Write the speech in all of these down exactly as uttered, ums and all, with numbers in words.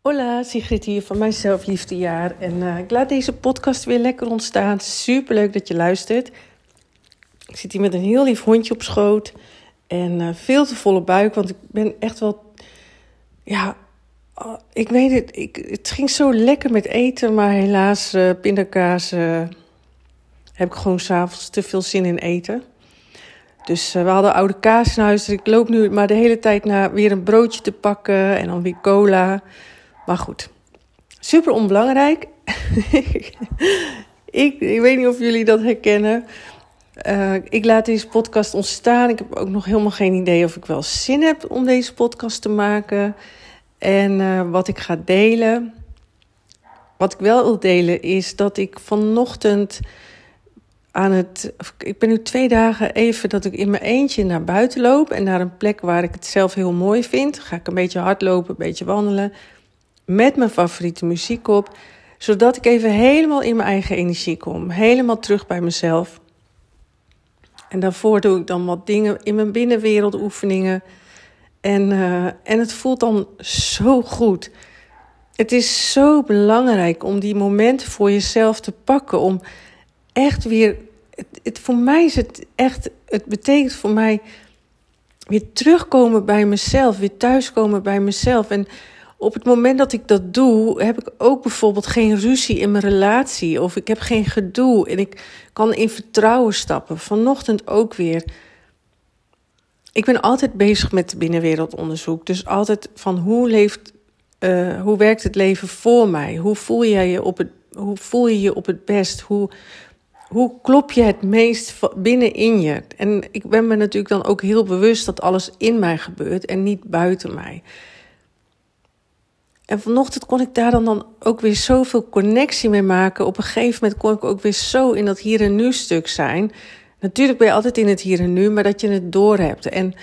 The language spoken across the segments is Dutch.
Hola, Sigrid hier van mijn Zelfliefdejaar. En uh, ik laat deze podcast weer lekker ontstaan. Superleuk dat je luistert. Ik zit hier met een heel lief hondje op schoot. En uh, veel te volle buik, want ik ben echt wel... Ja, uh, ik weet het. Ik, het ging zo lekker met eten, maar helaas uh, pindakaas uh, heb ik gewoon 's avonds te veel zin in eten. Dus uh, we hadden oude kaas in huis. Dus ik loop nu maar de hele tijd naar weer een broodje te pakken en dan weer cola. Maar goed, super onbelangrijk. ik, ik weet niet of jullie dat herkennen. Uh, ik laat deze podcast ontstaan. Ik heb ook nog helemaal geen idee of ik wel zin heb om deze podcast te maken. En uh, wat ik ga delen. Wat ik wel wil delen is dat ik vanochtend aan het... Ik ben nu twee dagen even dat ik in mijn eentje naar buiten loop. En naar een plek waar ik het zelf heel mooi vind. Ga ik een beetje hardlopen, een beetje wandelen. Met mijn favoriete muziek op. Zodat ik even helemaal in mijn eigen energie kom. Helemaal terug bij mezelf. En daarvoor doe ik dan wat dingen in mijn binnenwereld, oefeningen. En, uh, en het voelt dan zo goed. Het is zo belangrijk om die momenten voor jezelf te pakken. Om echt weer... Het, het, voor mij is het echt... Het betekent voor mij weer terugkomen bij mezelf. Weer thuiskomen bij mezelf. En op het moment dat ik dat doe, heb ik ook bijvoorbeeld geen ruzie in mijn relatie. Of ik heb geen gedoe. En ik kan in vertrouwen stappen. Vanochtend ook weer. Ik ben altijd bezig met binnenwereldonderzoek. Dus altijd van hoe leeft, uh, hoe werkt het leven voor mij? Hoe voel jij je op het, hoe voel je je op het best? Hoe, hoe klop je het meest binnenin je? En ik ben me natuurlijk dan ook heel bewust dat alles in mij gebeurt en niet buiten mij. En vanochtend kon ik daar dan, dan ook weer zoveel connectie mee maken. Op een gegeven moment kon ik ook weer zo in dat hier en nu stuk zijn. Natuurlijk ben je altijd in het hier en nu, maar dat je het doorhebt. En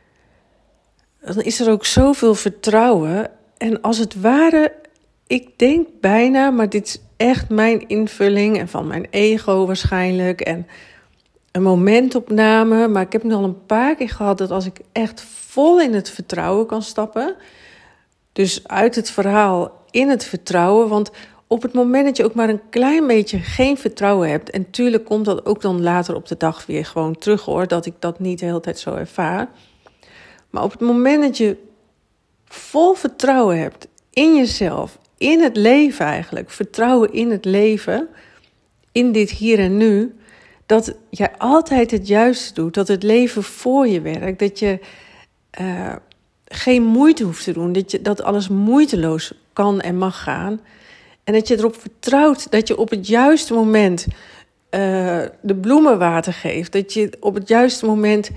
dan is er ook zoveel vertrouwen. En als het ware, ik denk bijna, maar dit is echt mijn invulling en van mijn ego waarschijnlijk. En een momentopname, maar ik heb nu al een paar keer gehad dat als ik echt vol in het vertrouwen kan stappen... Dus uit het verhaal in het vertrouwen. Want op het moment dat je ook maar een klein beetje geen vertrouwen hebt... en tuurlijk komt dat ook dan later op de dag weer gewoon terug hoor... dat ik dat niet de hele tijd zo ervaar. Maar op het moment dat je vol vertrouwen hebt in jezelf... in het leven eigenlijk, vertrouwen in het leven... in dit hier en nu... dat jij altijd het juiste doet, dat het leven voor je werkt... dat je... Uh, geen moeite hoeft te doen, dat, je, dat alles moeiteloos kan en mag gaan. En dat je erop vertrouwt dat je op het juiste moment uh, de bloemen water geeft. Dat je op het juiste moment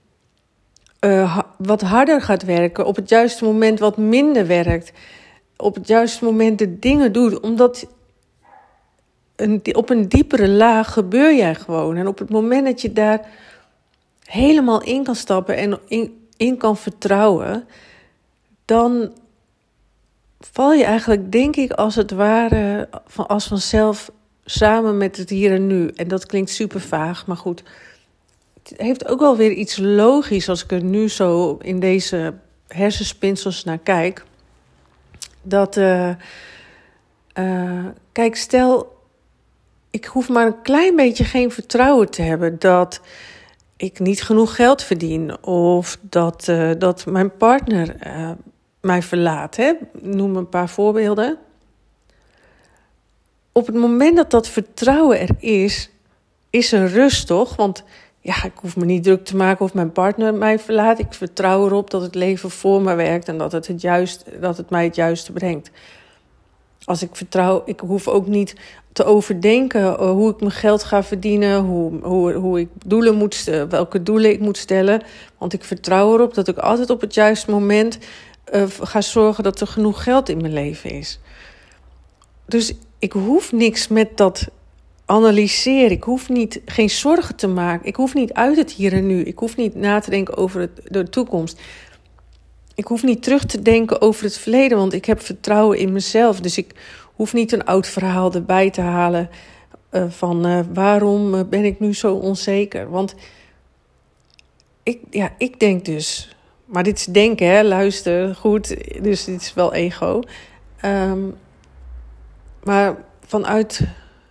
uh, wat harder gaat werken. Op het juiste moment wat minder werkt. Op het juiste moment de dingen doet. Omdat een, op een diepere laag gebeur jij gewoon. En op het moment dat je daar helemaal in kan stappen en in, in kan vertrouwen, dan val je eigenlijk, denk ik, als het ware, van, als vanzelf samen met het hier en nu. En dat klinkt super vaag, maar goed. Het heeft ook wel weer iets logisch als ik er nu zo in deze hersenspinsels naar kijk. Dat, uh, uh, kijk, stel, ik hoef maar een klein beetje geen vertrouwen te hebben dat ik niet genoeg geld verdien of dat, uh, dat mijn partner uh, mij verlaat. Hè? Noem een paar voorbeelden. Op het moment dat dat vertrouwen er is, is er rust toch? Want ja, ik hoef me niet druk te maken of mijn partner mij verlaat. Ik vertrouw erop dat het leven voor me werkt en dat het, het, juist, dat het mij het juiste brengt. Als ik vertrouw, ik hoef ook niet te overdenken hoe ik mijn geld ga verdienen, hoe, hoe, hoe ik doelen moet, welke doelen ik moet stellen. Want ik vertrouw erop dat ik altijd op het juiste moment uh, ga zorgen dat er genoeg geld in mijn leven is. Dus ik hoef niks met dat analyseren. Ik hoef niet, geen zorgen te maken. Ik hoef niet uit het hier en nu. Ik hoef niet na te denken over het, de toekomst. Ik hoef niet terug te denken over het verleden, want ik heb vertrouwen in mezelf. Dus ik hoef niet een oud verhaal erbij te halen uh, van uh, waarom ben ik nu zo onzeker. Want ik, ja, ik denk dus, maar dit is denken, hè, luister goed, dus dit is wel ego. Um, maar vanuit,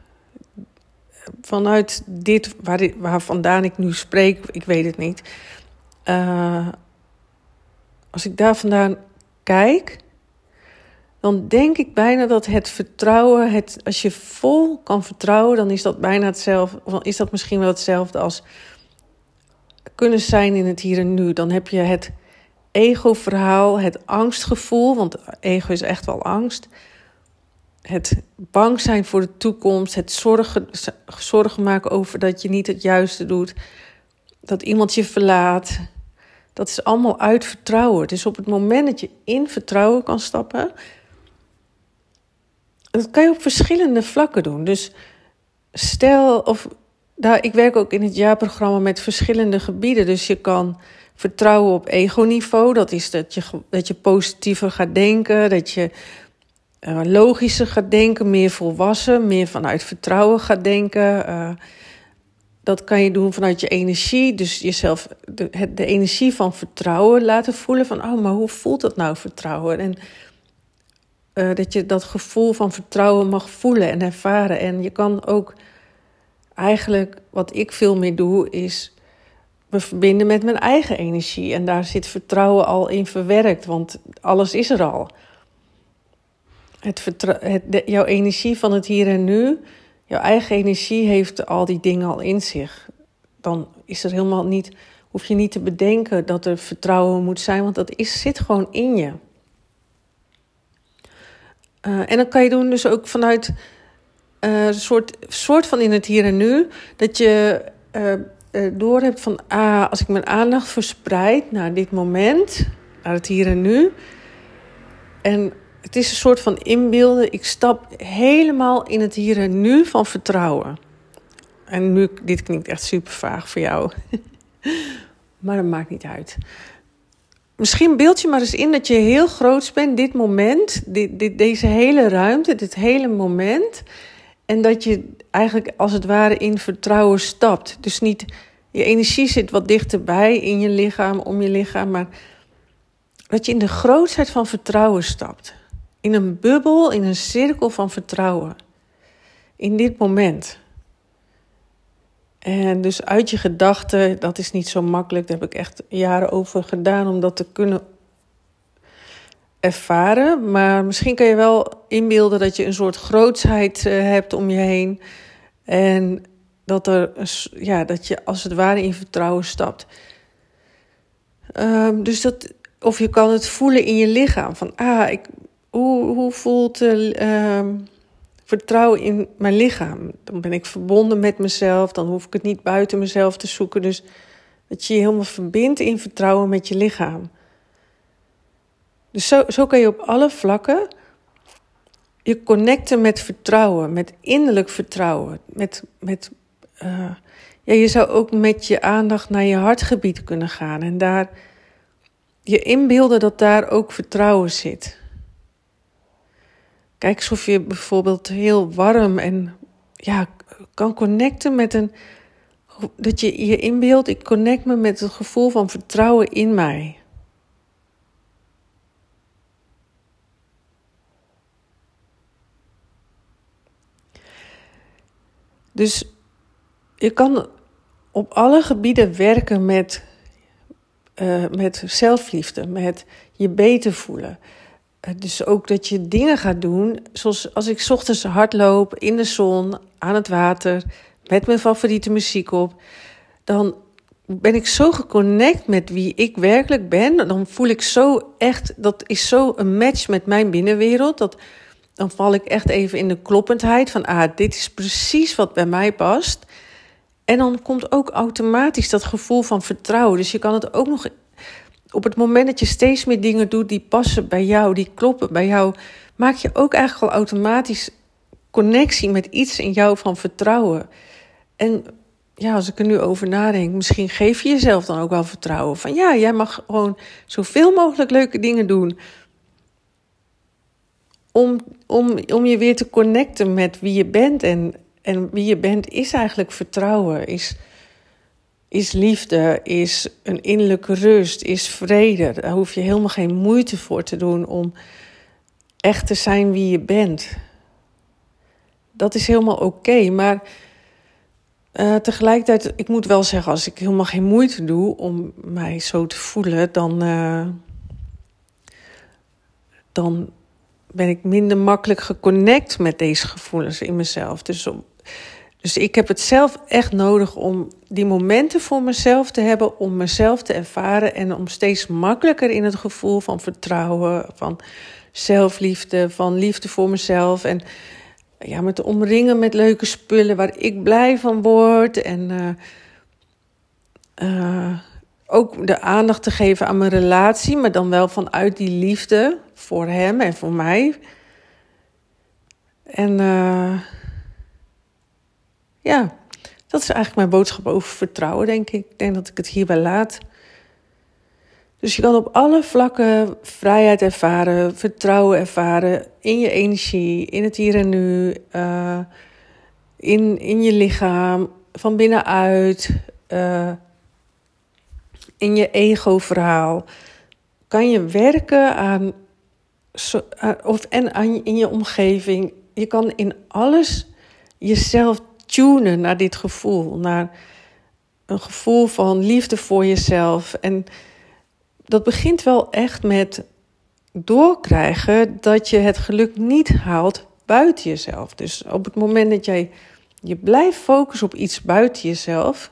vanuit dit, waar, waar vandaan ik nu spreek, ik weet het niet. Uh, als ik daar vandaan kijk, dan denk ik bijna dat het vertrouwen, het, als je vol kan vertrouwen, dan is dat bijna hetzelfde, of is dat misschien wel hetzelfde als kunnen zijn in het hier en nu. Dan heb je het ego-verhaal, het angstgevoel, want ego is echt wel angst. Het bang zijn voor de toekomst, het zorgen, zorgen maken over dat je niet het juiste doet, dat iemand je verlaat. Dat is allemaal uit vertrouwen. Dus op het moment dat je in vertrouwen kan stappen, dat kan je op verschillende vlakken doen. Dus stel, of nou, ik werk ook in het jaarprogramma met verschillende gebieden. Dus je kan vertrouwen op ego-niveau. Dat is dat je, dat je positiever gaat denken, dat je uh, logischer gaat denken, meer volwassen, meer vanuit vertrouwen gaat denken. Uh, dat kan je doen vanuit je energie. Dus jezelf de, de energie van vertrouwen laten voelen. Van, oh, maar hoe voelt dat nou, vertrouwen? En uh, dat je dat gevoel van vertrouwen mag voelen en ervaren. En je kan ook eigenlijk, wat ik veel meer doe, is me verbinden met mijn eigen energie. En daar zit vertrouwen al in verwerkt, want alles is er al. Het vertrou- het, de, jouw energie van het hier en nu, jouw eigen energie heeft al die dingen al in zich. Dan is er helemaal niet, hoef je niet te bedenken dat er vertrouwen moet zijn, want dat is, zit gewoon in je. Uh, en dan kan je doen dus ook vanuit een uh, soort, soort van in het hier en nu, dat je uh, uh, door hebt van, ah, als ik mijn aandacht verspreid naar dit moment, naar het hier en nu, en het is een soort van inbeelden, ik stap helemaal in het hier en nu van vertrouwen. En nu, dit klinkt echt super vaag voor jou, maar dat maakt niet uit. Misschien beeld je maar eens in dat je heel groot bent, dit moment, dit, dit, deze hele ruimte, dit hele moment. En dat je eigenlijk als het ware in vertrouwen stapt. Dus niet, je energie zit wat dichterbij in je lichaam, om je lichaam. Maar dat je in de grootheid van vertrouwen stapt. In een bubbel, in een cirkel van vertrouwen. In dit moment. En dus uit je gedachten, dat is niet zo makkelijk. Daar heb ik echt jaren over gedaan om dat te kunnen ervaren. Maar misschien kan je wel inbeelden dat je een soort grootsheid uh, hebt om je heen. En dat, er, ja, dat je als het ware in vertrouwen stapt. Um, dus dat, of je kan het voelen in je lichaam. Van, ah, ik, hoe, hoe voelt uh, vertrouwen in mijn lichaam? Dan ben ik verbonden met mezelf. Dan hoef ik het niet buiten mezelf te zoeken. Dus dat je je helemaal verbindt in vertrouwen met je lichaam. Dus zo, zo kan je op alle vlakken je connecten met vertrouwen, met innerlijk vertrouwen. Met, met, uh, ja, je zou ook met je aandacht naar je hartgebied kunnen gaan en daar je inbeelden dat daar ook vertrouwen zit. Kijk alsof je bijvoorbeeld heel warm en ja, kan connecten met een, dat je je inbeeldt, ik connect me met het gevoel van vertrouwen in mij. Dus je kan op alle gebieden werken met, uh, met zelfliefde, met je beter voelen. Uh, dus ook dat je dingen gaat doen, zoals als ik 's ochtends hardloop in de zon, aan het water, met mijn favoriete muziek op, dan ben ik zo geconnect met wie ik werkelijk ben. Dan voel ik zo echt, dat is zo een match met mijn binnenwereld, dat dan val ik echt even in de kloppendheid van, ah, dit is precies wat bij mij past. En dan komt ook automatisch dat gevoel van vertrouwen. Dus je kan het ook nog, op het moment dat je steeds meer dingen doet die passen bij jou, die kloppen bij jou, maak je ook eigenlijk al automatisch connectie met iets in jou van vertrouwen. En ja, als ik er nu over nadenk, misschien geef je jezelf dan ook wel vertrouwen. Van ja, jij mag gewoon zoveel mogelijk leuke dingen doen. Om, om, om je weer te connecten met wie je bent. En, en wie je bent is eigenlijk vertrouwen. Is, is liefde, is een innerlijke rust, is vrede. Daar hoef je helemaal geen moeite voor te doen om echt te zijn wie je bent. Dat is helemaal oké, okay, maar uh, tegelijkertijd, ik moet wel zeggen, als ik helemaal geen moeite doe om mij zo te voelen, dan, uh, dan ben ik minder makkelijk geconnect met deze gevoelens in mezelf. Dus, dus ik heb het zelf echt nodig om die momenten voor mezelf te hebben, om mezelf te ervaren en om steeds makkelijker in het gevoel van vertrouwen, van zelfliefde, van liefde voor mezelf en ja, met te omringen met leuke spullen waar ik blij van word. En uh, uh, ook de aandacht te geven aan mijn relatie, maar dan wel vanuit die liefde voor hem en voor mij. En uh, ja, dat is eigenlijk mijn boodschap over vertrouwen, denk ik. Ik denk dat ik het hierbij laat. Dus je kan op alle vlakken vrijheid ervaren, vertrouwen ervaren in je energie, in het hier en nu, uh, in, in je lichaam, van binnenuit, uh, in je ego-verhaal. Kan je werken aan, uh, of, en aan, in je omgeving. Je kan in alles jezelf tunen naar dit gevoel, naar een gevoel van liefde voor jezelf. En dat begint wel echt met doorkrijgen dat je het geluk niet haalt buiten jezelf. Dus op het moment dat jij je blijft focussen op iets buiten jezelf,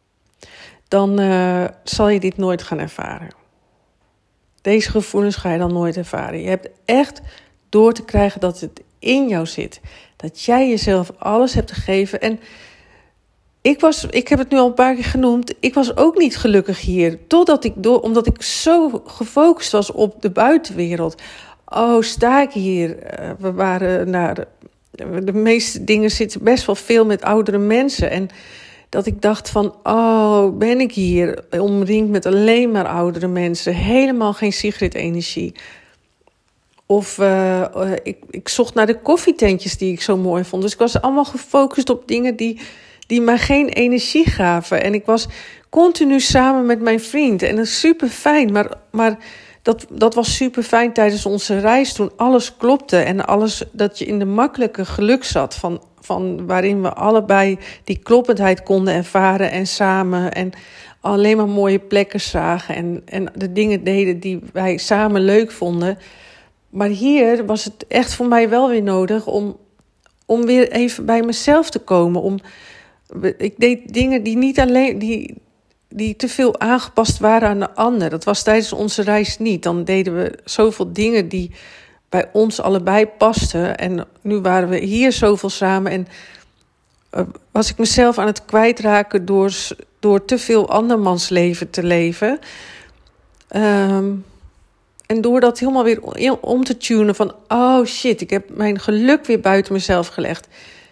dan uh, zal je dit nooit gaan ervaren. Deze gevoelens ga je dan nooit ervaren. Je hebt echt door te krijgen dat het in jou zit. Dat jij jezelf alles hebt gegeven. En Ik, was, ik heb het nu al een paar keer genoemd, ik was ook niet gelukkig hier. Totdat ik door, omdat ik zo gefocust was op de buitenwereld. Oh, sta ik hier? We waren naar de, de meeste dingen zitten best wel veel met oudere mensen. En dat ik dacht van, oh, ben ik hier omringd met alleen maar oudere mensen. Helemaal geen Sigrid-energie. Of uh, uh, ik, ik zocht naar de koffietentjes die ik zo mooi vond. Dus ik was allemaal gefocust op dingen die... die mij geen energie gaven. En ik was continu samen met mijn vriend. En dat is super fijn. Maar, maar dat, dat was super fijn tijdens onze reis toen alles klopte. En alles dat je in de makkelijke geluk zat. Van, van waarin we allebei die kloppendheid konden ervaren. En samen. En alleen maar mooie plekken zagen. En, en de dingen deden die wij samen leuk vonden. Maar hier was het echt voor mij wel weer nodig om, om weer even bij mezelf te komen. Om Ik deed dingen die niet alleen die, die te veel aangepast waren aan de ander. Dat was tijdens onze reis niet. Dan deden we zoveel dingen die bij ons allebei pasten. En nu waren we hier zoveel samen. En uh, was ik mezelf aan het kwijtraken door, door te veel andermans leven te leven. Um, en door dat helemaal weer om te tunen van, oh shit, ik heb mijn geluk weer buiten mezelf gelegd.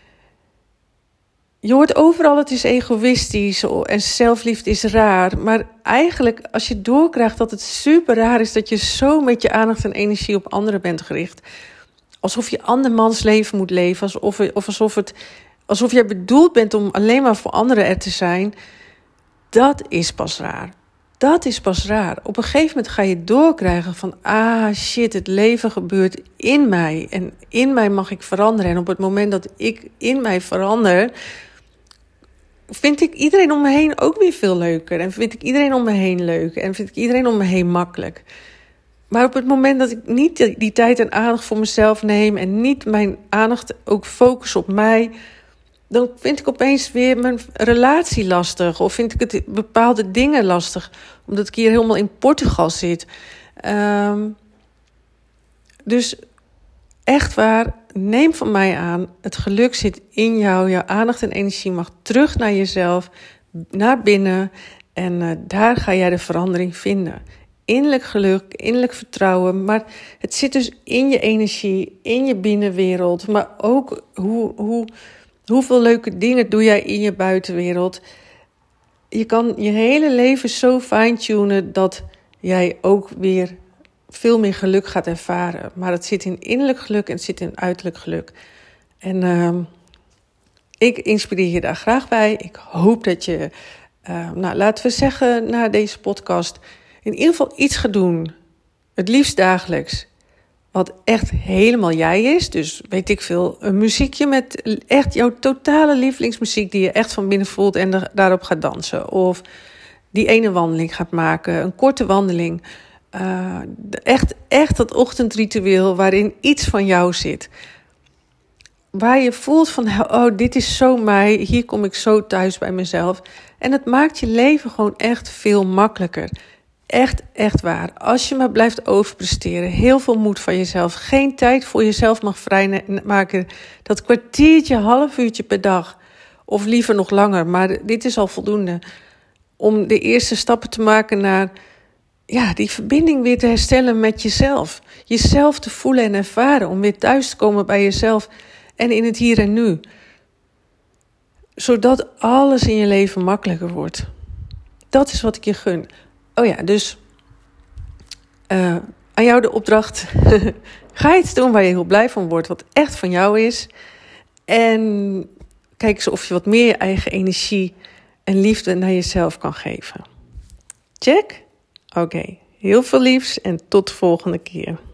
Je hoort overal, het is egoïstisch en zelfliefde is raar. Maar eigenlijk, als je doorkrijgt dat het super raar is dat je zo met je aandacht en energie op anderen bent gericht. Alsof je andermans leven moet leven. Alsof, of alsof, het, alsof je bedoeld bent om alleen maar voor anderen er te zijn. Dat is pas raar. Dat is pas raar. Op een gegeven moment ga je doorkrijgen van, ah shit, het leven gebeurt in mij. En in mij mag ik veranderen. En op het moment dat ik in mij verander, vind ik iedereen om me heen ook weer veel leuker. En vind ik iedereen om me heen leuk. En vind ik iedereen om me heen makkelijk. Maar op het moment dat ik niet die, die tijd en aandacht voor mezelf neem en niet mijn aandacht ook focus op mij, dan vind ik opeens weer mijn relatie lastig. Of vind ik het bepaalde dingen lastig. Omdat ik hier helemaal in Portugal zit. Um, dus echt waar, neem van mij aan. Het geluk zit in jou. Jouw aandacht en energie mag terug naar jezelf. Naar binnen. En uh, daar ga jij de verandering vinden. Innerlijk geluk, innerlijk vertrouwen. Maar het zit dus in je energie. In je binnenwereld. Maar ook hoe... hoe Hoeveel leuke dingen doe jij in je buitenwereld? Je kan je hele leven zo fine-tunen dat jij ook weer veel meer geluk gaat ervaren. Maar het zit in innerlijk geluk en het zit in uiterlijk geluk. En uh, ik inspireer je daar graag bij. Ik hoop dat je, uh, nou, laten we zeggen, na deze podcast in ieder geval iets gaat doen. Het liefst dagelijks. wat echt helemaal jij is. Dus weet ik veel, een muziekje met echt jouw totale lievelingsmuziek die je echt van binnen voelt en er, daarop gaat dansen. Of die ene wandeling gaat maken, een korte wandeling. Uh, echt, echt dat ochtendritueel waarin iets van jou zit. Waar je voelt van, oh, dit is zo mij, hier kom ik zo thuis bij mezelf. En het maakt je leven gewoon echt veel makkelijker. Echt, echt waar. Als je maar blijft overpresteren, heel veel moed van jezelf, geen tijd voor jezelf mag vrijmaken. Dat kwartiertje, half uurtje per dag, of liever nog langer, maar dit is al voldoende. Om de eerste stappen te maken naar ja, die verbinding weer te herstellen met jezelf. Jezelf te voelen en ervaren, om weer thuis te komen bij jezelf en in het hier en nu. Zodat alles in je leven makkelijker wordt. Dat is wat ik je gun. Oh ja, dus uh, aan jou de opdracht. Ga iets doen waar je heel blij van wordt, wat echt van jou is. En kijk eens of je wat meer je eigen energie en liefde naar jezelf kan geven. Check? Oké, okay. Heel veel liefs en tot de volgende keer.